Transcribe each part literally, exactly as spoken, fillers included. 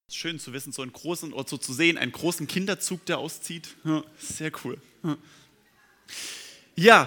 Schön zu wissen, so einen großen, oder so zu sehen, einen großen Kinderzug, der auszieht. Ja, sehr cool. Ja,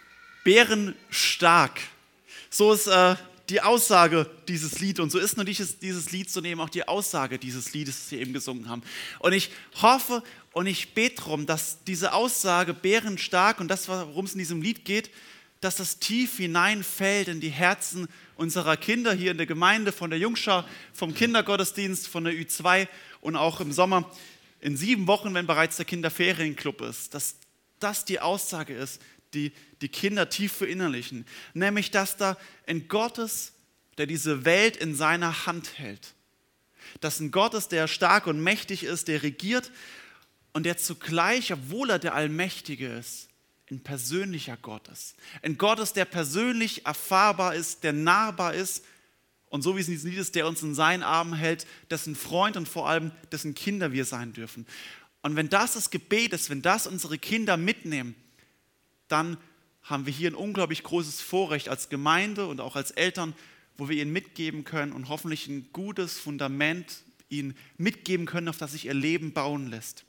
bärenstark. So ist äh, die Aussage dieses Lied und so ist nur dieses, dieses Lied zu nehmen, auch die Aussage dieses Liedes, das wir eben gesungen haben. Und ich hoffe und ich bete darum, dass diese Aussage bärenstark und das, worum es in diesem Lied geht, dass das tief hineinfällt in die Herzen unserer Kinder hier in der Gemeinde, von der Jungschar, vom Kindergottesdienst, von der Ü zwei und auch im Sommer in sieben Wochen, wenn bereits der Kinderferienclub ist, dass das die Aussage ist, die die Kinder tief verinnerlichen, nämlich dass da ein Gott ist, der diese Welt in seiner Hand hält, dass ein Gott ist, der stark und mächtig ist, der regiert und der zugleich, obwohl er der Allmächtige ist, ein persönlicher Gott ist. Ein Gott ist, der persönlich erfahrbar ist, der nahbar ist und so wie es in diesem Lied ist, der uns in seinen Armen hält, dessen Freund und vor allem dessen Kinder wir sein dürfen. Und wenn das das Gebet ist, wenn das unsere Kinder mitnehmen, dann haben wir hier ein unglaublich großes Vorrecht als Gemeinde und auch als Eltern, wo wir ihnen mitgeben können und hoffentlich ein gutes Fundament ihnen mitgeben können, auf das sich ihr Leben bauen lässt.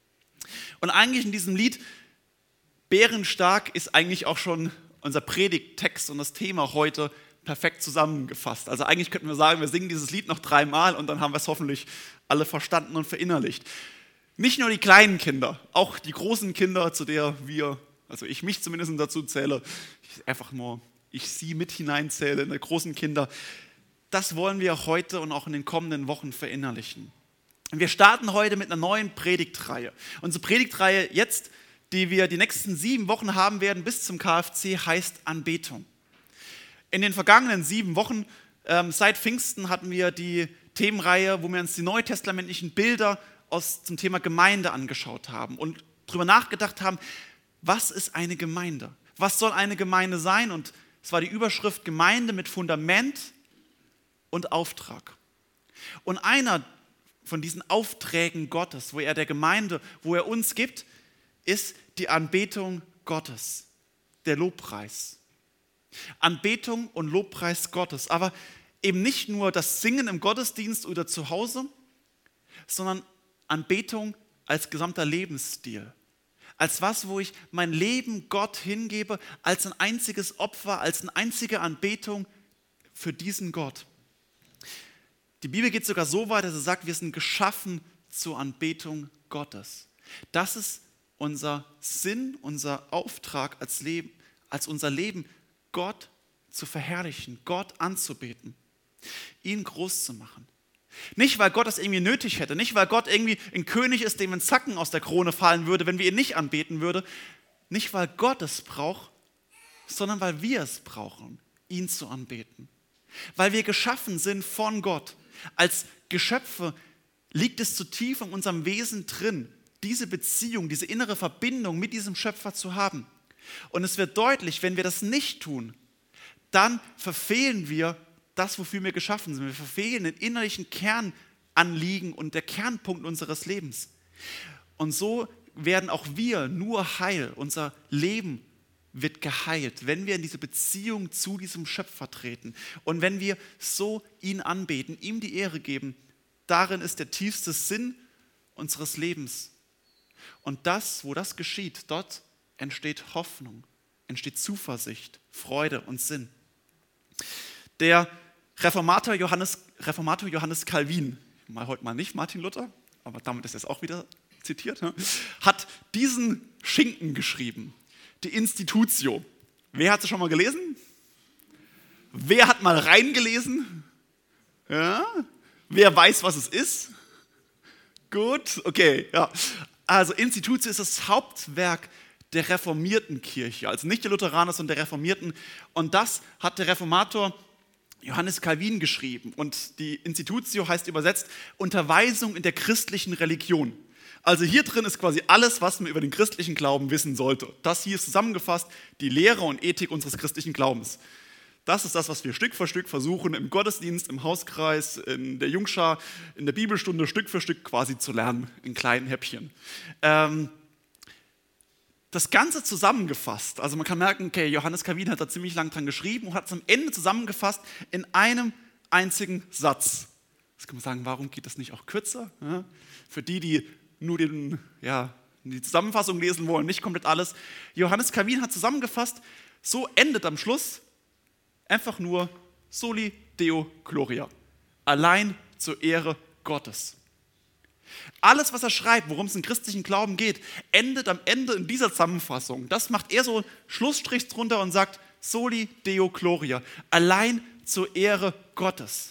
Und eigentlich in diesem Lied bärenstark ist eigentlich auch schon unser Predigttext und das Thema heute perfekt zusammengefasst. Also eigentlich könnten wir sagen, wir singen dieses Lied noch dreimal und dann haben wir es hoffentlich alle verstanden und verinnerlicht. Nicht nur die kleinen Kinder, auch die großen Kinder, zu der wir, also ich mich zumindest dazu zähle, ich einfach nur, ich sie mit hineinzähle in die großen Kinder. Das wollen wir heute und auch in den kommenden Wochen verinnerlichen. Und wir starten heute mit einer neuen Predigtreihe. Unsere Predigtreihe jetzt, die wir die nächsten sieben Wochen haben werden bis zum K F C, heißt Anbetung. In den vergangenen sieben Wochen, ähm, seit Pfingsten, hatten wir die Themenreihe, wo wir uns die neutestamentlichen Bilder aus, zum Thema Gemeinde angeschaut haben und darüber nachgedacht haben, was ist eine Gemeinde? Was soll eine Gemeinde sein? Und es war die Überschrift Gemeinde mit Fundament und Auftrag. Und einer von diesen Aufträgen Gottes, wo er der Gemeinde, wo er uns gibt, ist die Anbetung Gottes, der Lobpreis. Anbetung und Lobpreis Gottes, aber eben nicht nur das Singen im Gottesdienst oder zu Hause, sondern Anbetung als gesamter Lebensstil. Als was, wo ich mein Leben Gott hingebe, als ein einziges Opfer, als eine einzige Anbetung für diesen Gott. Die Bibel geht sogar so weit, dass sie sagt, wir sind geschaffen zur Anbetung Gottes. Das ist unser Sinn, unser Auftrag als Leben, als unser Leben, Gott zu verherrlichen, Gott anzubeten, ihn groß zu machen. Nicht, weil Gott das irgendwie nötig hätte, nicht, weil Gott irgendwie ein König ist, dem ein Zacken aus der Krone fallen würde, wenn wir ihn nicht anbeten würden, nicht, weil Gott es braucht, sondern weil wir es brauchen, ihn zu anbeten. Weil wir geschaffen sind von Gott. Als Geschöpfe liegt es zu tief in unserem Wesen drin, diese Beziehung, diese innere Verbindung mit diesem Schöpfer zu haben. Und es wird deutlich, wenn wir das nicht tun, dann verfehlen wir das, wofür wir geschaffen sind. Wir verfehlen den innerlichen Kernanliegen und der Kernpunkt unseres Lebens. Und so werden auch wir nur heil. Unser Leben wird geheilt, wenn wir in diese Beziehung zu diesem Schöpfer treten. Und wenn wir so ihn anbeten, ihm die Ehre geben, darin ist der tiefste Sinn unseres Lebens. Und das, wo das geschieht, dort entsteht Hoffnung, entsteht Zuversicht, Freude und Sinn. Der Reformator Johannes, Reformator Johannes Calvin, mal heute mal nicht Martin Luther, aber damit ist es auch wieder zitiert, ne, hat diesen Schinken geschrieben, die Institutio. Wer hat sie schon mal gelesen? Wer hat mal reingelesen? Ja? Wer weiß, was es ist? Gut, okay. Ja. Also Institutio ist das Hauptwerk der reformierten Kirche, also nicht der Lutheraner, sondern der Reformierten. Und das hat der Reformator Johannes Calvin geschrieben. Und die Institutio heißt übersetzt Unterweisung in der christlichen Religion. Also hier drin ist quasi alles, was man über den christlichen Glauben wissen sollte. Das hier ist zusammengefasst, die Lehre und Ethik unseres christlichen Glaubens. Das ist das, was wir Stück für Stück versuchen, im Gottesdienst, im Hauskreis, in der Jungschar, in der Bibelstunde Stück für Stück quasi zu lernen, in kleinen Häppchen. Ähm, das Ganze zusammengefasst, also man kann merken, okay, Johannes Calvin hat da ziemlich lang dran geschrieben und hat es am Ende zusammengefasst in einem einzigen Satz. Jetzt kann man sagen, warum geht das nicht auch kürzer? Ja? Für die, die nur den, ja, die Zusammenfassung lesen wollen, nicht komplett alles. Johannes Calvin hat zusammengefasst, so endet am Schluss einfach nur Soli Deo Gloria. Allein zur Ehre Gottes. Alles, was er schreibt, worum es im christlichen Glauben geht, endet am Ende in dieser Zusammenfassung. Das macht er so Schlussstrich drunter und sagt Soli Deo Gloria. Allein zur Ehre Gottes.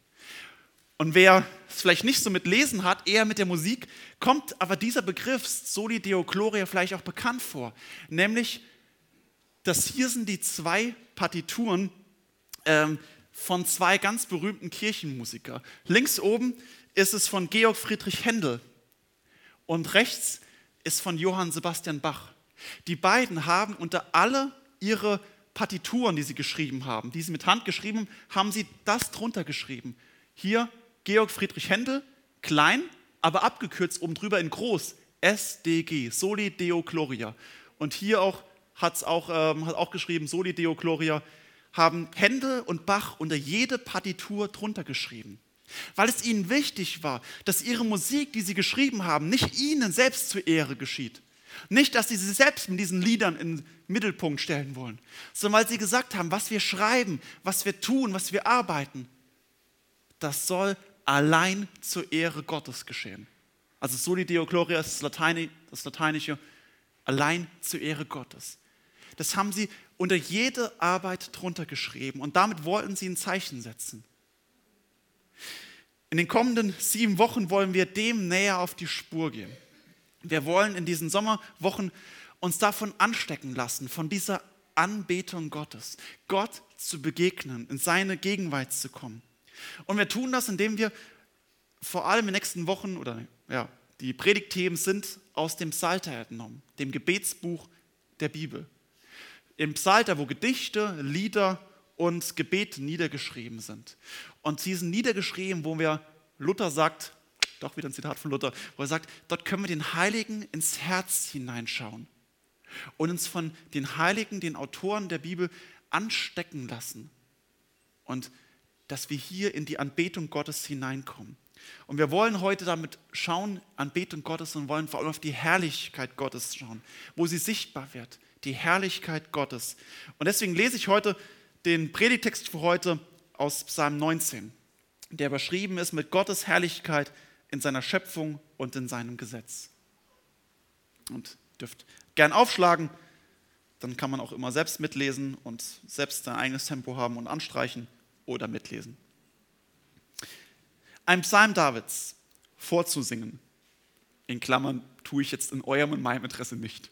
Und wer es vielleicht nicht so mit Lesen hat, eher mit der Musik, kommt aber dieser Begriff Soli Deo Gloria vielleicht auch bekannt vor. Nämlich, dass hier sind die zwei Partituren ähm, von zwei ganz berühmten Kirchenmusiker. Links oben ist es von Georg Friedrich Händel und rechts ist von Johann Sebastian Bach. Die beiden haben unter alle ihre Partituren, die sie geschrieben haben, die sie mit Hand geschrieben haben, haben sie das drunter geschrieben. Hier Georg Friedrich Händel, klein, aber abgekürzt oben drüber in groß, S D G, Soli Deo Gloria. Und hier auch hat's auch, ähm, hat auch geschrieben, Soli Deo Gloria, haben Händel und Bach unter jede Partitur drunter geschrieben. Weil es ihnen wichtig war, dass ihre Musik, die sie geschrieben haben, nicht ihnen selbst zur Ehre geschieht. Nicht, dass sie sich selbst mit diesen Liedern in den Mittelpunkt stellen wollen, sondern weil sie gesagt haben, was wir schreiben, was wir tun, was wir arbeiten, das soll allein zur Ehre Gottes geschehen. Also Soli Deo Gloria ist das, Latein, das Lateinische, allein zur Ehre Gottes. Das haben sie unter jede Arbeit drunter geschrieben und damit wollten sie ein Zeichen setzen. In den kommenden sieben Wochen wollen wir dem näher auf die Spur gehen. Wir wollen in diesen Sommerwochen uns davon anstecken lassen, von dieser Anbetung Gottes, Gott zu begegnen, in seine Gegenwart zu kommen. Und wir tun das, indem wir vor allem in den nächsten Wochen, oder ja, die Predigtthemen sind aus dem Psalter entnommen, dem Gebetsbuch der Bibel. Im Psalter, wo Gedichte, Lieder und Gebete niedergeschrieben sind. Und sie sind niedergeschrieben, wo wir, Luther sagt, doch wieder ein Zitat von Luther, wo er sagt, dort können wir den Heiligen ins Herz hineinschauen und uns von den Heiligen, den Autoren der Bibel anstecken lassen. Und dass wir hier in die Anbetung Gottes hineinkommen. Und wir wollen heute damit schauen, Anbetung Gottes, und wollen vor allem auf die Herrlichkeit Gottes schauen, wo sie sichtbar wird, die Herrlichkeit Gottes. Und deswegen lese ich heute den Predigtext für heute aus Psalm neunzehn, der überschrieben ist mit Gottes Herrlichkeit in seiner Schöpfung und in seinem Gesetz. Und ihr dürft gern aufschlagen, dann kann man auch immer selbst mitlesen und selbst sein eigenes Tempo haben und anstreichen oder mitlesen. Ein Psalm Davids vorzusingen, in Klammern tue ich jetzt in eurem und meinem Interesse nicht.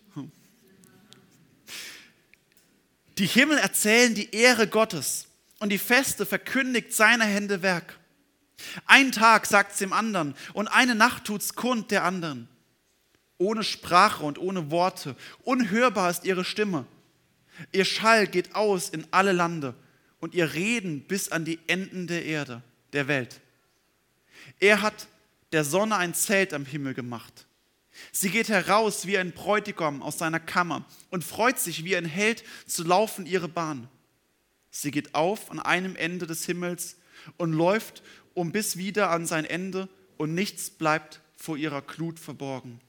Die Himmel erzählen die Ehre Gottes und die Feste verkündigt seiner Hände Werk. Einen Tag sagt es dem anderen und eine Nacht tut's kund der anderen. Ohne Sprache und ohne Worte, unhörbar ist ihre Stimme. Ihr Schall geht aus in alle Lande und ihr Reden bis an die Enden der Erde, der Welt. Er hat der Sonne ein Zelt am Himmel gemacht. Sie geht heraus wie ein Bräutigam aus seiner Kammer und freut sich wie ein Held zu laufen ihre Bahn. Sie geht auf an einem Ende des Himmels und läuft um bis wieder an sein Ende und nichts bleibt vor ihrer Glut verborgen.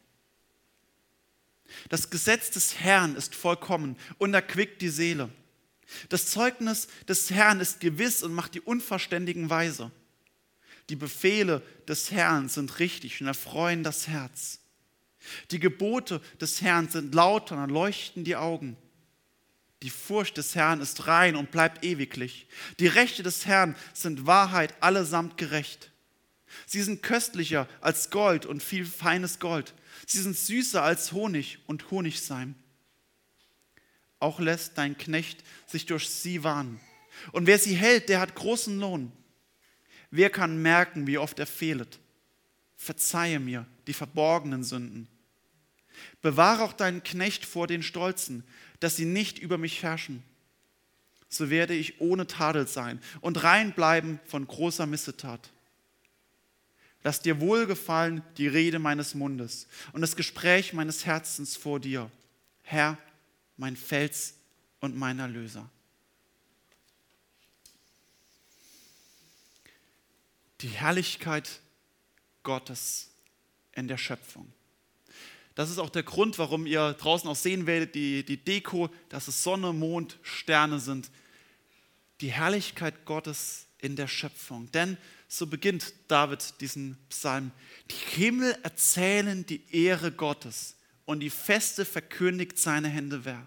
Das Gesetz des Herrn ist vollkommen und erquickt die Seele. Das Zeugnis des Herrn ist gewiss und macht die Unverständigen weise. Die Befehle des Herrn sind richtig und erfreuen das Herz. Die Gebote des Herrn sind lauter und leuchten die Augen. Die Furcht des Herrn ist rein und bleibt ewiglich. Die Rechte des Herrn sind Wahrheit allesamt gerecht. Sie sind köstlicher als Gold und viel feines Gold. Sie sind süßer als Honig und Honigseim. Auch lässt dein Knecht sich durch sie warnen. Und wer sie hält, der hat großen Lohn. Wer kann merken, wie oft er fehlet? Verzeihe mir die verborgenen Sünden. Bewahre auch deinen Knecht vor den Stolzen, dass sie nicht über mich herrschen. So werde ich ohne Tadel sein und rein bleiben von großer Missetat. Lass dir wohlgefallen die Rede meines Mundes und das Gespräch meines Herzens vor dir, Herr, mein Fels und mein Erlöser. die Herrlichkeit Gottes in der Schöpfung. Das ist auch der Grund, warum ihr draußen auch sehen werdet, die, die Deko, dass es Sonne, Mond, Sterne sind. Die Herrlichkeit Gottes in der Schöpfung. Denn so beginnt David diesen Psalm. Die Himmel erzählen die Ehre Gottes und die Feste verkündigt seine Hände Werk.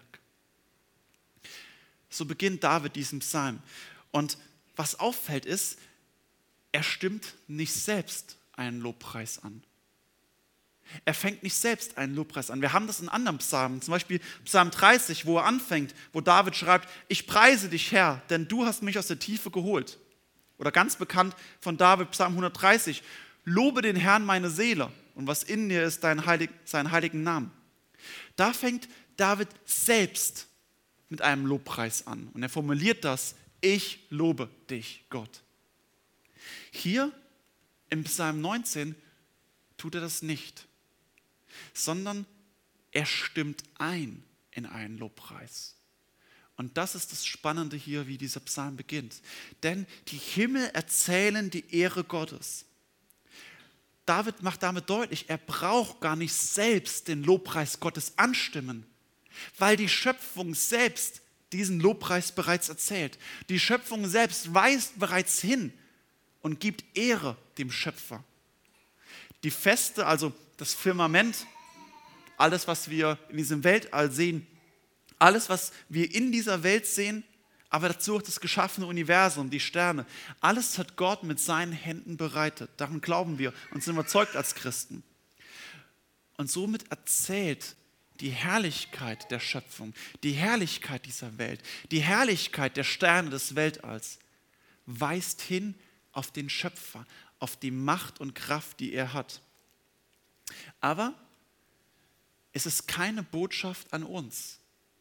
So beginnt David diesen Psalm. Und was auffällt ist, er stimmt nicht selbst einen Lobpreis an. Er fängt nicht selbst einen Lobpreis an. Wir haben das in anderen Psalmen, zum Beispiel Psalm dreißig, wo er anfängt, wo David schreibt, ich preise dich, Herr, denn du hast mich aus der Tiefe geholt. Oder ganz bekannt von David, Psalm hundertdreißig, lobe den Herrn meine Seele und was in dir ist, dein Heilig, seinen heiligen Namen. Da fängt David selbst mit einem Lobpreis an und er formuliert das, ich lobe dich, Gott. Hier im Psalm neunzehn tut er das nicht, sondern er stimmt ein in einen Lobpreis. Und das ist das Spannende hier, wie dieser Psalm beginnt. Denn die Himmel erzählen die Ehre Gottes. David macht damit deutlich, er braucht gar nicht selbst den Lobpreis Gottes anstimmen, weil die Schöpfung selbst diesen Lobpreis bereits erzählt. Die Schöpfung selbst weist bereits hin und gibt Ehre dem Schöpfer. Die Feste, also das Firmament, alles, was wir in diesem Weltall sehen, alles, was wir in dieser Welt sehen, aber dazu auch das geschaffene Universum, die Sterne, alles hat Gott mit seinen Händen bereitet. Daran glauben wir und sind überzeugt als Christen. Und somit erzählt die Herrlichkeit der Schöpfung, die Herrlichkeit dieser Welt, die Herrlichkeit der Sterne des Weltalls, weist hin auf den Schöpfer, auf die Macht und Kraft, die er hat. Aber es ist keine Botschaft an uns.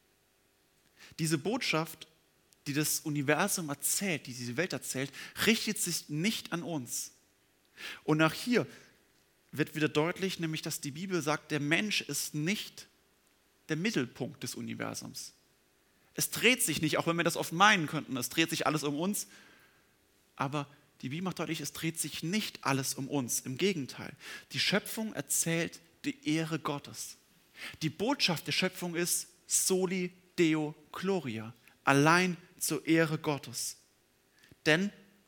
Diese Botschaft, die das Universum erzählt, die diese Welt erzählt, richtet sich nicht an uns. Und auch hier wird wieder deutlich, nämlich dass die Bibel sagt, der Mensch ist nicht der Mittelpunkt des Universums. Es dreht sich nicht, auch wenn wir das oft meinen könnten, es dreht sich alles um uns, aber die Bibel macht deutlich, es dreht sich nicht alles um uns. Im Gegenteil, die Schöpfung erzählt die Ehre Gottes. Die Botschaft der Schöpfung ist Soli Deo Gloria, allein zur Ehre Gottes. Denn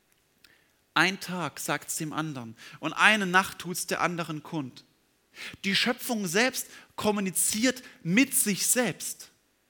ein Tag sagt es dem anderen und eine Nacht tut es der anderen kund. Die Schöpfung selbst kommuniziert mit sich selbst.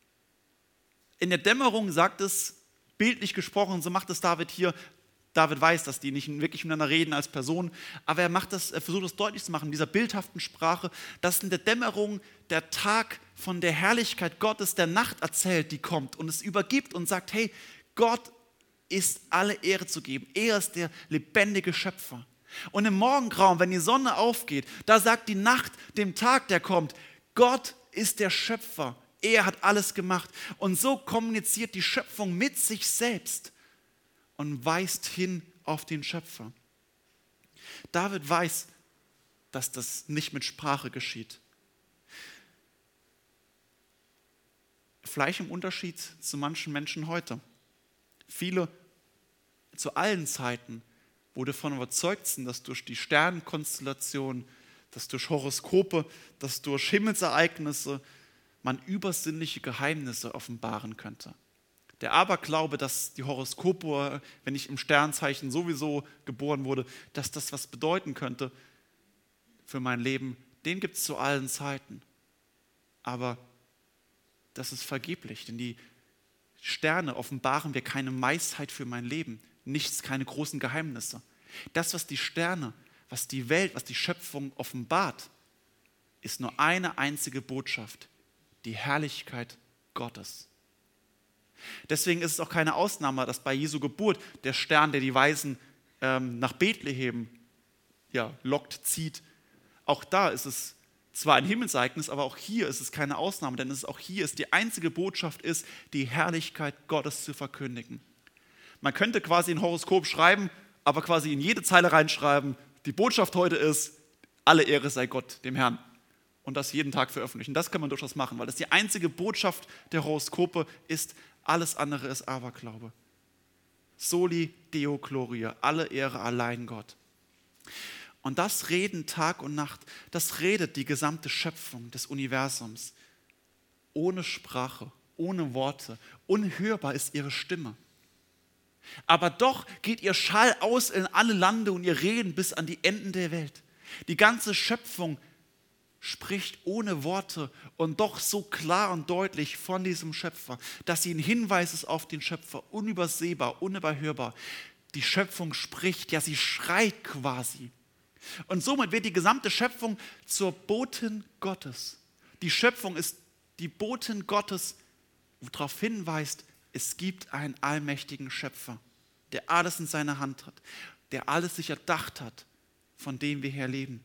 In der Dämmerung sagt es, bildlich gesprochen, so macht es David hier. David weiß, dass die nicht wirklich miteinander reden als Person, aber er, macht das, er versucht das deutlich zu machen, in dieser bildhaften Sprache, dass in der Dämmerung der Tag von der Herrlichkeit Gottes der Nacht erzählt, die kommt und es übergibt und sagt, hey, Gott ist alle Ehre zu geben. Er ist der lebendige Schöpfer. Und im Morgengrauen, wenn die Sonne aufgeht, da sagt die Nacht dem Tag, der kommt, Gott ist der Schöpfer. Er hat alles gemacht. Und so kommuniziert die Schöpfung mit sich selbst und weist hin auf den Schöpfer. David weiß, dass das nicht mit Sprache geschieht. Vielleicht im Unterschied zu manchen Menschen heute. Viele zu allen Zeiten, wo wir davon überzeugt sind, dass durch die Sternenkonstellation, dass durch Horoskope, dass durch Himmelsereignisse man übersinnliche Geheimnisse offenbaren könnte. Der Aberglaube, dass die Horoskope, wenn ich im Sternzeichen sowieso geboren wurde, dass das was bedeuten könnte für mein Leben, den gibt es zu allen Zeiten. Aber das ist vergeblich, denn die Sterne offenbaren mir keine Weisheit für mein Leben, nichts, keine großen Geheimnisse. Das, was die Sterne, was die Welt, was die Schöpfung offenbart, ist nur eine einzige Botschaft, die Herrlichkeit Gottes. Deswegen ist es auch keine Ausnahme, dass bei Jesu Geburt der Stern, der die Weisen ähm, nach Bethlehem ja, lockt, zieht, auch da ist es zwar ein Himmelsereignis, aber auch hier ist es keine Ausnahme, denn es ist auch hier ist die einzige Botschaft ist, die Herrlichkeit Gottes zu verkündigen. Man könnte quasi ein Horoskop schreiben, aber quasi in jede Zeile reinschreiben, die Botschaft heute ist, alle Ehre sei Gott, dem Herrn. Und das jeden Tag veröffentlichen. Das kann man durchaus machen, weil das die einzige Botschaft der Horoskope ist, alles andere ist Aberglaube. Soli Deo Gloria, alle Ehre allein Gott. Und das reden Tag und Nacht, das redet die gesamte Schöpfung des Universums. Ohne Sprache, ohne Worte, unhörbar ist ihre Stimme. Aber doch geht ihr Schall aus in alle Lande und ihr Reden bis an die Enden der Welt. Die ganze Schöpfung spricht ohne Worte und doch so klar und deutlich von diesem Schöpfer, dass sie ein Hinweis ist auf den Schöpfer, unübersehbar, unüberhörbar. Die Schöpfung spricht, ja, sie schreit quasi. Und somit wird die gesamte Schöpfung zur Botin Gottes. Die Schöpfung ist die Botin Gottes, die darauf hinweist, es gibt einen allmächtigen Schöpfer, der alles in seiner Hand hat, der alles sich erdacht hat, von dem wir her leben.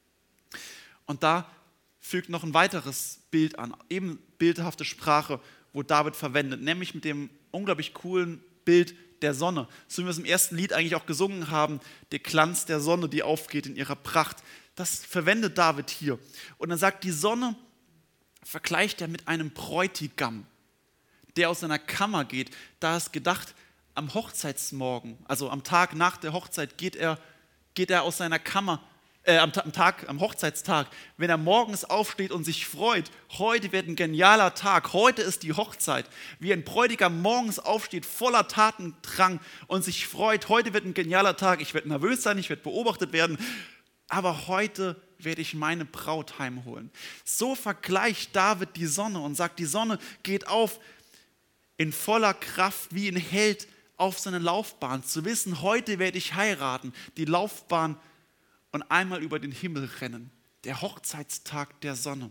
Und da fügt noch ein weiteres Bild an, eben bildhafte Sprache, wo David verwendet, nämlich mit dem unglaublich coolen Bild der Sonne. So wie wir es im ersten Lied eigentlich auch gesungen haben, der Glanz der Sonne, die aufgeht in ihrer Pracht. Das verwendet David hier. Und er sagt, die Sonne vergleicht er mit einem Bräutigam, der aus seiner Kammer geht. Da ist gedacht, am Hochzeitsmorgen, also am Tag nach der Hochzeit, geht er, geht er aus seiner Kammer, äh, am, am, Tag, am Hochzeitstag, wenn er morgens aufsteht und sich freut, heute wird ein genialer Tag, heute ist die Hochzeit, wie ein Bräutigam morgens aufsteht, voller Tatendrang und sich freut, heute wird ein genialer Tag, ich werde nervös sein, ich werde beobachtet werden, aber heute werde ich meine Braut heimholen. So vergleicht David die Sonne und sagt, die Sonne geht auf in voller Kraft wie ein Held auf seine Laufbahn, zu wissen, heute werde ich heiraten, die Laufbahn und einmal über den Himmel rennen, der Hochzeitstag der Sonne.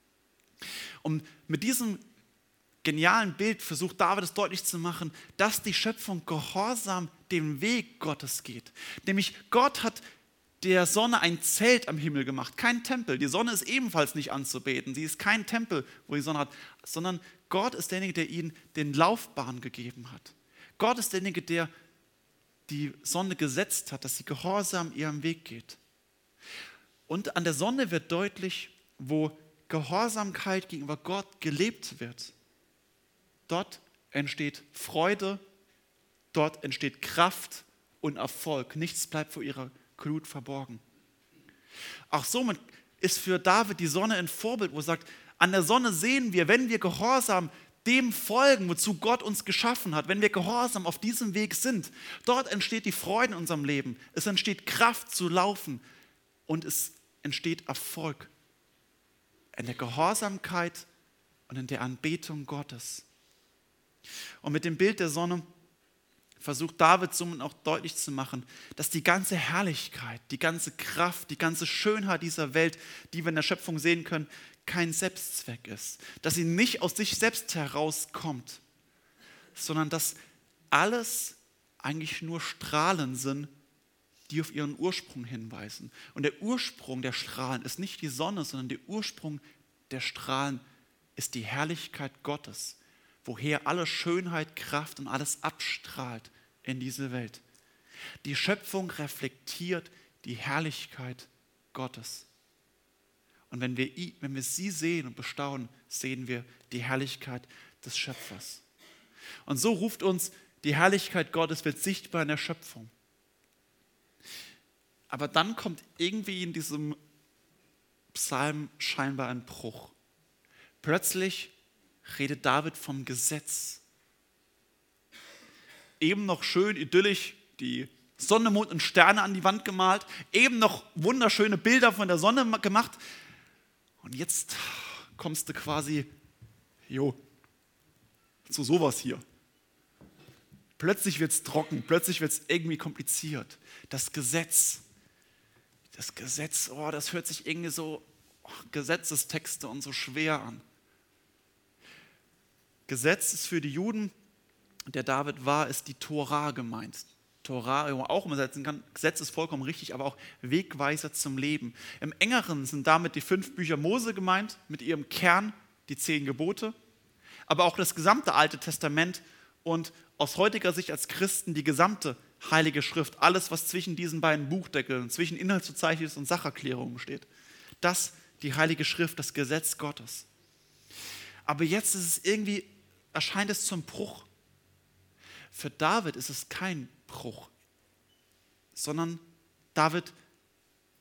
Und mit diesem genialen Bild versucht David es deutlich zu machen, dass die Schöpfung gehorsam den Weg Gottes geht. Nämlich Gott hat der Sonne ein Zelt am Himmel gemacht, kein Tempel. Die Sonne ist ebenfalls nicht anzubeten, sie ist kein Tempel, wo die Sonne hat, sondern Gott ist derjenige, der ihnen den Laufbahn gegeben hat. Gott ist derjenige, der die Sonne gesetzt hat, dass sie gehorsam ihrem Weg geht. Und an der Sonne wird deutlich, wo Gehorsamkeit gegenüber Gott gelebt wird. Dort entsteht Freude, dort entsteht Kraft und Erfolg. Nichts bleibt vor ihrer Glut verborgen. Auch somit ist für David die Sonne ein Vorbild, wo er sagt, an der Sonne sehen wir, wenn wir gehorsam dem folgen, wozu Gott uns geschaffen hat, wenn wir gehorsam auf diesem Weg sind, dort entsteht die Freude in unserem Leben. Es entsteht Kraft zu laufen und es entsteht Erfolg in der Gehorsamkeit und in der Anbetung Gottes. Und mit dem Bild der Sonne versucht David somit auch deutlich zu machen, dass die ganze Herrlichkeit, die ganze Kraft, die ganze Schönheit dieser Welt, die wir in der Schöpfung sehen können, kein Selbstzweck ist. Dass sie nicht aus sich selbst herauskommt, sondern dass alles eigentlich nur Strahlen sind, die auf ihren Ursprung hinweisen. Und der Ursprung der Strahlen ist nicht die Sonne, sondern der Ursprung der Strahlen ist die Herrlichkeit Gottes, woher alle Schönheit, Kraft und alles abstrahlt in diese Welt. Die Schöpfung reflektiert die Herrlichkeit Gottes. Und wenn wir, wenn wir sie sehen und bestaunen, sehen wir die Herrlichkeit des Schöpfers. Und so ruft uns die Herrlichkeit Gottes, wird sichtbar in der Schöpfung. Aber dann kommt irgendwie in diesem Psalm scheinbar ein Bruch. Plötzlich redet David vom Gesetz. Eben noch schön idyllisch die Sonne, Mond und Sterne an die Wand gemalt, eben noch wunderschöne Bilder von der Sonne gemacht. Und jetzt kommst du quasi, jo, zu sowas hier. Plötzlich wird es trocken, plötzlich wird es irgendwie kompliziert. Das Gesetz, das Gesetz, oh, das hört sich irgendwie so, oh, Gesetzestexte und so schwer an. Gesetz ist für die Juden, der David war, ist die Tora gemeint. Tora, wo man auch übersetzen kann, Gesetz ist vollkommen richtig, aber auch Wegweiser zum Leben. Im Engeren sind damit die fünf Bücher Mose gemeint, mit ihrem Kern, die zehn Gebote, aber auch das gesamte Alte Testament und aus heutiger Sicht als Christen die gesamte Heilige Schrift, alles, was zwischen diesen beiden Buchdeckeln, zwischen Inhaltsverzeichnis und Sacherklärungen steht. Das, die Heilige Schrift, das Gesetz Gottes. Aber jetzt ist es irgendwie, erscheint es zum Bruch. Für David ist es kein Bruch, sondern David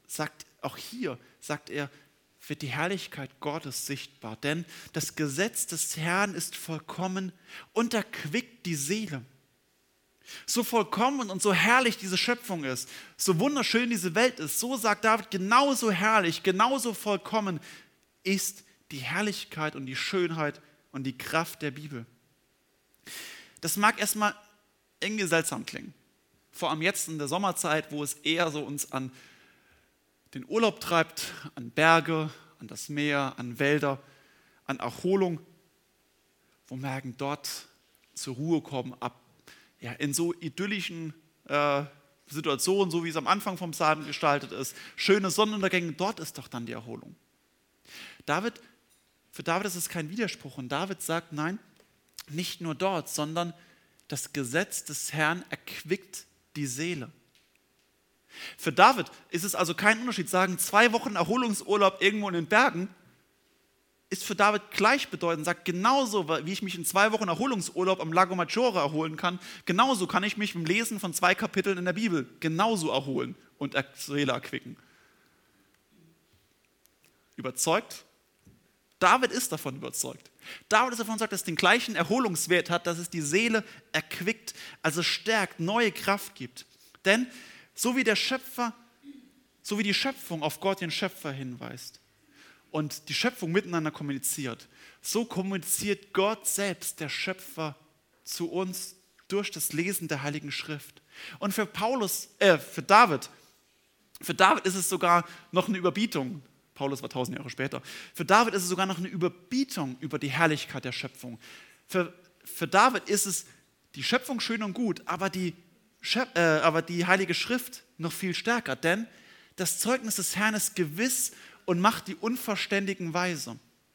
sagt auch hier, sagt er, wird die Herrlichkeit Gottes sichtbar. Denn das Gesetz des Herrn ist vollkommen und erquickt die Seele. So vollkommen und so herrlich diese Schöpfung ist, so wunderschön diese Welt ist, so sagt David, genauso herrlich, genauso vollkommen ist die Herrlichkeit und die Schönheit und die Kraft der Bibel. Das mag erstmal irgendwie seltsam klingen. Vor allem jetzt in der Sommerzeit, wo es eher so uns an den Urlaub treibt, an Berge, an das Meer, an Wälder, an Erholung, wo wir merken, dort zur Ruhe kommen, ab ja, in so idyllischen äh, Situationen, so wie es am Anfang vom Psalm gestaltet ist, schöne Sonnenuntergänge, dort ist doch dann die Erholung. David, für David ist es kein Widerspruch und David sagt, nein, nicht nur dort, sondern das Gesetz des Herrn erquickt die Seele. Für David ist es also kein Unterschied, sagen zwei Wochen Erholungsurlaub irgendwo in den Bergen, ist für David gleichbedeutend, sagt genauso, wie ich mich in zwei Wochen Erholungsurlaub am Lago Maggiore erholen kann, genauso kann ich mich beim Lesen von zwei Kapiteln in der Bibel genauso erholen und Seele erquicken. Überzeugt? David ist davon überzeugt. David ist davon überzeugt, dass es den gleichen Erholungswert hat, dass es die Seele erquickt, also stärkt, neue Kraft gibt. Denn so wie der Schöpfer, so wie die Schöpfung auf Gott, den Schöpfer, hinweist und die Schöpfung miteinander kommuniziert, so kommuniziert Gott selbst, der Schöpfer, zu uns durch das Lesen der Heiligen Schrift. Und für Paulus, äh, für David, für David ist es sogar noch eine Überbietung. Paulus war tausend Jahre später. Für David ist es sogar noch eine Überbietung über die Herrlichkeit der Schöpfung. Für, für David ist es die Schöpfung schön und gut, aber die, Schöp- äh, aber die Heilige Schrift noch viel stärker, denn das Zeugnis des Herrn ist gewiss und macht die Unverständigen weise.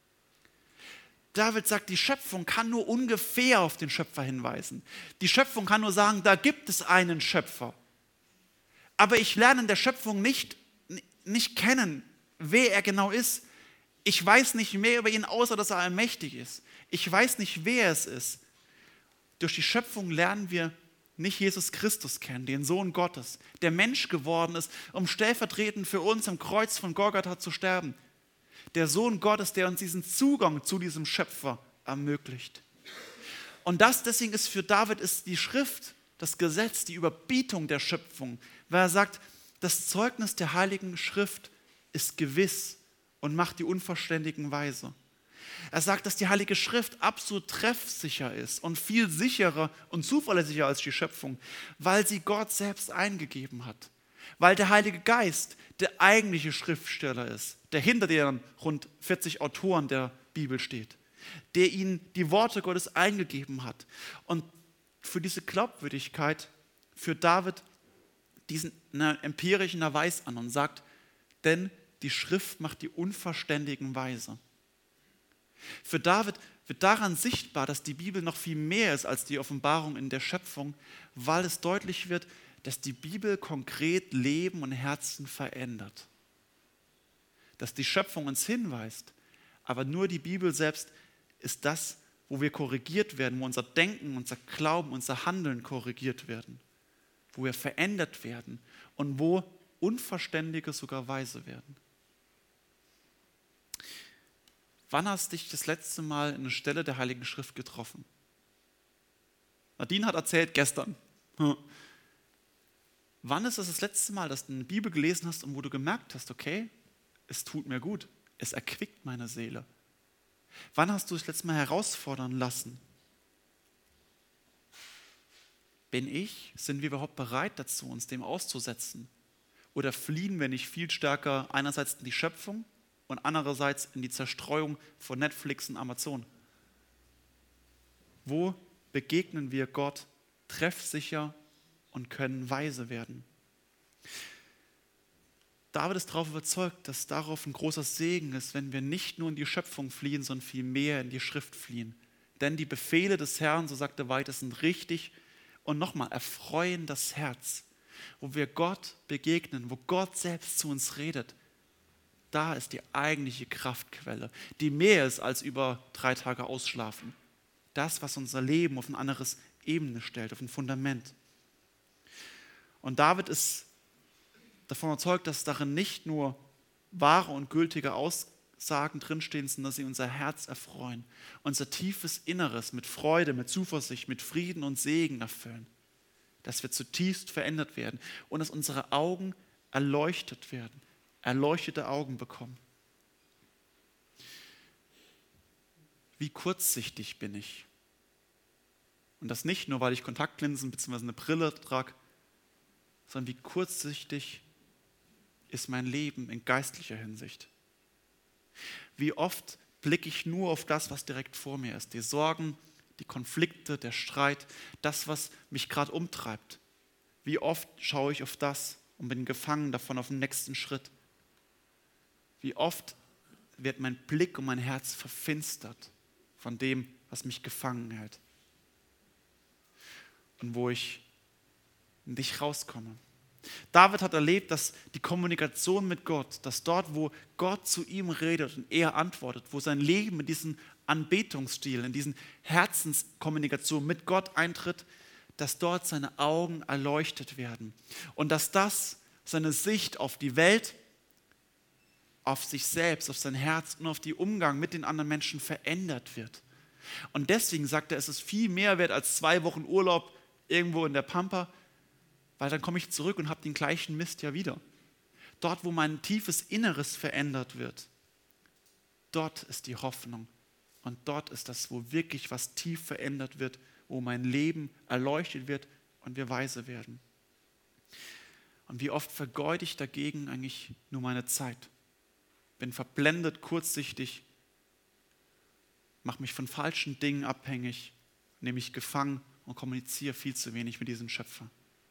David sagt, die Schöpfung kann nur ungefähr auf den Schöpfer hinweisen. Die Schöpfung kann nur sagen, da gibt es einen Schöpfer. Aber ich lerne in der Schöpfung nicht, nicht kennen, wer er genau ist. Ich weiß nicht mehr über ihn, außer dass er allmächtig ist. Ich weiß nicht, wer es ist. Durch die Schöpfung lernen wir nicht Jesus Christus kennen, den Sohn Gottes, der Mensch geworden ist, um stellvertretend für uns am Kreuz von Golgatha zu sterben. Der Sohn Gottes, der uns diesen Zugang zu diesem Schöpfer ermöglicht. Und das deswegen ist für David ist die Schrift, das Gesetz, die Überbietung der Schöpfung, weil er sagt, das Zeugnis der Heiligen Schrift ist gewiss und macht die Unverständigen weise. Er sagt, dass die Heilige Schrift absolut treffsicher ist und viel sicherer und zuverlässiger als die Schöpfung, weil sie Gott selbst eingegeben hat. Weil der Heilige Geist der eigentliche Schriftsteller ist, der hinter den rund vierzig Autoren der Bibel steht, der ihnen die Worte Gottes eingegeben hat. Und für diese Glaubwürdigkeit führt David diesen empirischen Erweis an und sagt, denn die Schrift macht die Unverständigen weise. Für David wird daran sichtbar, dass die Bibel noch viel mehr ist als die Offenbarung in der Schöpfung, weil es deutlich wird, dass die Bibel konkret Leben und Herzen verändert. Dass die Schöpfung uns hinweist, aber nur die Bibel selbst ist das, wo wir korrigiert werden, wo unser Denken, unser Glauben, unser Handeln korrigiert werden, wo wir verändert werden und wo Unverständige sogar weise werden. Wann hast du dich das letzte Mal in eine Stelle der Heiligen Schrift getroffen? Nadine hat erzählt, gestern. Hm. Wann ist es das letzte Mal, dass du eine Bibel gelesen hast und wo du gemerkt hast, okay, es tut mir gut, es erquickt meine Seele? Wann hast du dich das letzte Mal herausfordern lassen? Bin ich, sind wir überhaupt bereit dazu, uns dem auszusetzen? Oder fliehen wir nicht viel stärker einerseits in die Schöpfung und andererseits in die Zerstreuung von Netflix und Amazon? Wo begegnen wir Gott treffsicher und können weise werden? David ist darauf überzeugt, dass darauf ein großer Segen ist, wenn wir nicht nur in die Schöpfung fliehen, sondern vielmehr in die Schrift fliehen. Denn die Befehle des Herrn, so sagt er weiter, sind richtig und nochmal erfreuen das Herz. Wo wir Gott begegnen, wo Gott selbst zu uns redet, da ist die eigentliche Kraftquelle, die mehr ist als über drei Tage ausschlafen. Das, was unser Leben auf ein anderes Ebene stellt, auf ein Fundament. Und David ist davon überzeugt, dass darin nicht nur wahre und gültige Aussagen drinstehen, sondern dass sie unser Herz erfreuen, unser tiefes Inneres mit Freude, mit Zuversicht, mit Frieden und Segen erfüllen, dass wir zutiefst verändert werden und dass unsere Augen erleuchtet werden, erleuchtete Augen bekommen. Wie kurzsichtig bin ich? Und das nicht nur, weil ich Kontaktlinsen bzw. eine Brille trage, sondern wie kurzsichtig ist mein Leben in geistlicher Hinsicht? Wie oft blicke ich nur auf das, was direkt vor mir ist, die Sorgen, die Konflikte, der Streit, das, was mich gerade umtreibt. Wie oft schaue ich auf das und bin gefangen davon auf den nächsten Schritt? Wie oft wird mein Blick und mein Herz verfinstert von dem, was mich gefangen hält und wo ich nicht rauskomme. David hat erlebt, dass die Kommunikation mit Gott, dass dort, wo Gott zu ihm redet und er antwortet, wo sein Leben in diesen Anbetungsstil, in diesen Herzenskommunikation mit Gott eintritt, dass dort seine Augen erleuchtet werden und dass das seine Sicht auf die Welt, auf sich selbst, auf sein Herz und auf den Umgang mit den anderen Menschen verändert wird. Und deswegen sagt er, es ist viel mehr wert als zwei Wochen Urlaub irgendwo in der Pampa, weil dann komme ich zurück und habe den gleichen Mist ja wieder. Dort, wo mein tiefes Inneres verändert wird, dort ist die Hoffnung. Und dort ist das, wo wirklich was tief verändert wird, wo mein Leben erleuchtet wird und wir weise werden. Und wie oft vergeude ich dagegen eigentlich nur meine Zeit? Bin verblendet, kurzsichtig, mache mich von falschen Dingen abhängig, nehme mich gefangen und kommuniziere viel zu wenig mit diesem Schöpfer.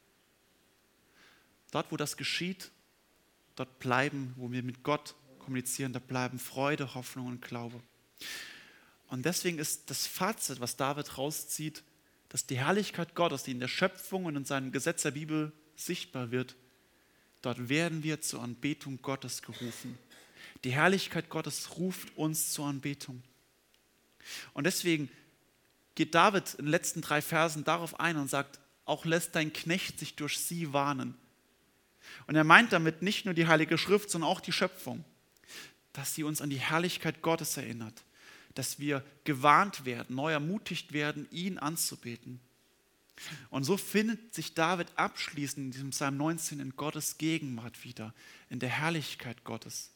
Dort, wo das geschieht, dort bleiben, wo wir mit Gott kommunizieren, da bleiben Freude, Hoffnung und Glaube. Und deswegen ist das Fazit, was David rauszieht, dass die Herrlichkeit Gottes, die in der Schöpfung und in seinem Gesetz der Bibel sichtbar wird, dort werden wir zur Anbetung Gottes gerufen. Die Herrlichkeit Gottes ruft uns zur Anbetung. Und deswegen geht David in den letzten drei Versen darauf ein und sagt, auch lässt dein Knecht sich durch sie warnen. Und er meint damit nicht nur die Heilige Schrift, sondern auch die Schöpfung, dass sie uns an die Herrlichkeit Gottes erinnert, dass wir gewarnt werden, neu ermutigt werden, ihn anzubeten. Und so findet sich David abschließend in diesem Psalm neunzehn in Gottes Gegenwart wieder, in der Herrlichkeit Gottes.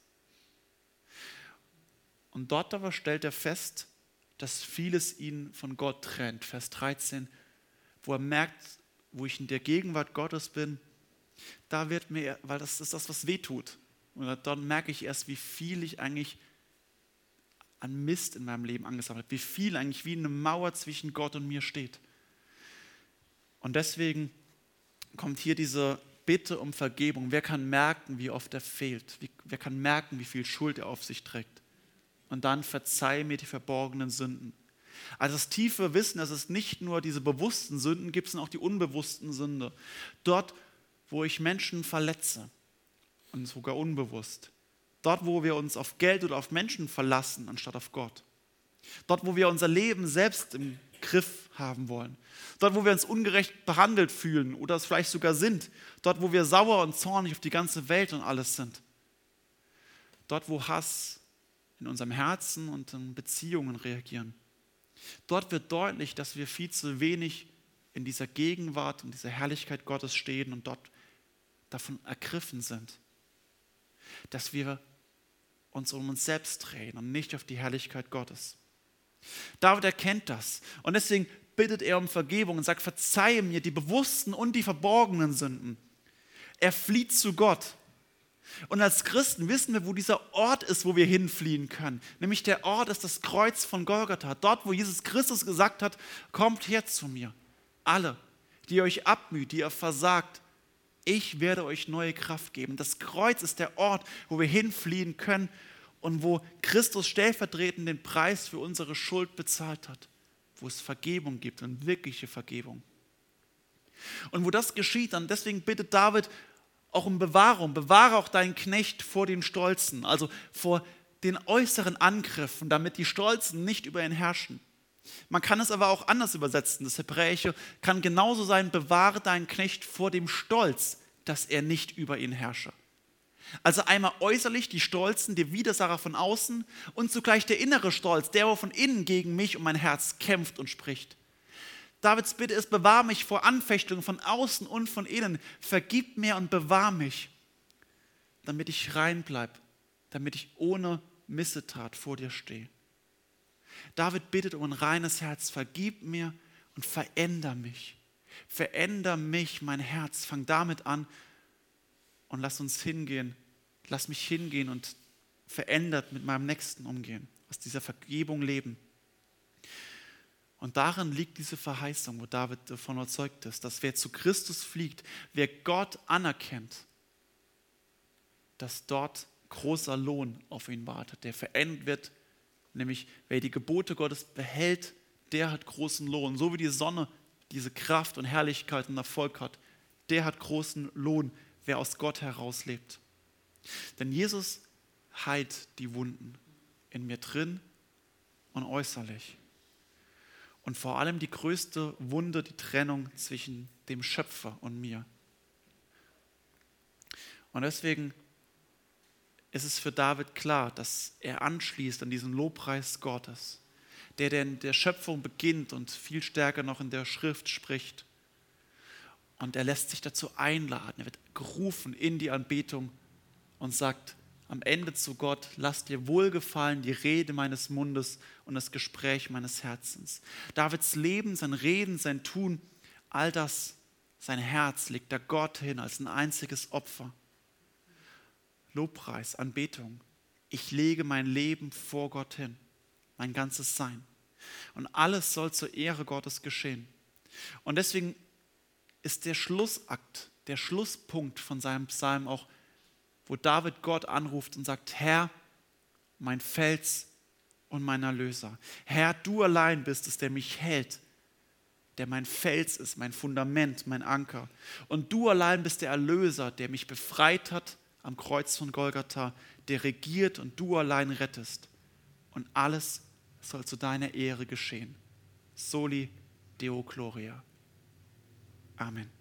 Und dort aber stellt er fest, dass vieles ihn von Gott trennt. Vers dreizehn, wo er merkt, wo ich in der Gegenwart Gottes bin, da wird mir, weil das ist das, was weh tut. Und dann merke ich erst, wie viel ich eigentlich an Mist in meinem Leben angesammelt habe, wie viel eigentlich wie eine Mauer zwischen Gott und mir steht. Und deswegen kommt hier diese Bitte um Vergebung. Wer kann merken, wie oft er fehlt? Wie, wer kann merken, wie viel Schuld er auf sich trägt? Und dann verzeih mir die verborgenen Sünden. Also das tiefe Wissen, dass es nicht nur diese bewussten Sünden gibt, sondern auch die unbewussten Sünde. Dort, wo ich Menschen verletze und sogar unbewusst. Dort, wo wir uns auf Geld oder auf Menschen verlassen, anstatt auf Gott. Dort, wo wir unser Leben selbst im Griff haben wollen. Dort, wo wir uns ungerecht behandelt fühlen oder es vielleicht sogar sind. Dort, wo wir sauer und zornig auf die ganze Welt und alles sind. Dort, wo Hass in unserem Herzen und in Beziehungen reagieren. Dort wird deutlich, dass wir viel zu wenig in dieser Gegenwart und dieser Herrlichkeit Gottes stehen und dort davon ergriffen sind. Dass wir uns um uns selbst drehen und nicht auf die Herrlichkeit Gottes. David erkennt das und deswegen bittet er um Vergebung und sagt, verzeihe mir die bewussten und die verborgenen Sünden. Er flieht zu Gott. Und als Christen wissen wir, wo dieser Ort ist, wo wir hinfliehen können. Nämlich der Ort ist das Kreuz von Golgatha. Dort, wo Jesus Christus gesagt hat, kommt her zu mir. Alle, die ihr euch abmüht, die ihr versagt, ich werde euch neue Kraft geben. Das Kreuz ist der Ort, wo wir hinfliehen können und wo Christus stellvertretend den Preis für unsere Schuld bezahlt hat. Wo es Vergebung gibt und wirkliche Vergebung. Und wo das geschieht, dann deswegen bittet David auch um Bewahrung. Bewahre auch deinen Knecht vor den Stolzen, also vor den äußeren Angriffen, damit die Stolzen nicht über ihn herrschen. Man kann es aber auch anders übersetzen. Das Hebräische kann genauso sein, bewahre deinen Knecht vor dem Stolz dass er nicht über ihn herrsche. Also einmal äußerlich die Stolzen, die Widersacher von außen und zugleich der innere Stolz, der von innen gegen mich und mein Herz kämpft und spricht. Davids Bitte ist, bewahr mich vor Anfechtungen von außen und von innen. Vergib mir und bewahr mich, damit ich rein bleibe, damit ich ohne Missetat vor dir stehe. David bittet um ein reines Herz. Vergib mir und veränder mich. Veränder mich, mein Herz. Fang damit an und lass uns hingehen. Lass mich hingehen und verändert mit meinem Nächsten umgehen. Aus dieser Vergebung leben. Und darin liegt diese Verheißung, wo David davon überzeugt ist, dass wer zu Christus fliegt, wer Gott anerkennt, dass dort großer Lohn auf ihn wartet, der verändert wird, nämlich wer die Gebote Gottes behält, der hat großen Lohn. So wie die Sonne diese Kraft und Herrlichkeit und Erfolg hat, der hat großen Lohn, wer aus Gott herauslebt. Denn Jesus heilt die Wunden in mir drin und äußerlich. Und vor allem die größte Wunde, die Trennung zwischen dem Schöpfer und mir. Und deswegen ist es für David klar, dass er anschließt an diesen Lobpreis Gottes, der der in der Schöpfung beginnt und viel stärker noch in der Schrift spricht. Und er lässt sich dazu einladen, er wird gerufen in die Anbetung und sagt am Ende zu Gott: Lass dir wohlgefallen die Rede meines Mundes und das Gespräch meines Herzens. Davids Leben, sein Reden, sein Tun, all das, sein Herz legt er Gott hin als ein einziges Opfer. Lobpreis, Anbetung. Ich lege mein Leben vor Gott hin, mein ganzes Sein. Und alles soll zur Ehre Gottes geschehen. Und deswegen ist der Schlussakt, der Schlusspunkt von seinem Psalm auch, wo David Gott anruft und sagt: Herr, mein Fels und mein Erlöser. Herr, du allein bist es, der mich hält, der mein Fels ist, mein Fundament, mein Anker. Und du allein bist der Erlöser, der mich befreit hat am Kreuz von Golgatha, der regiert und du allein rettest. Und alles soll zu deiner Ehre geschehen. Soli Deo Gloria. Amen.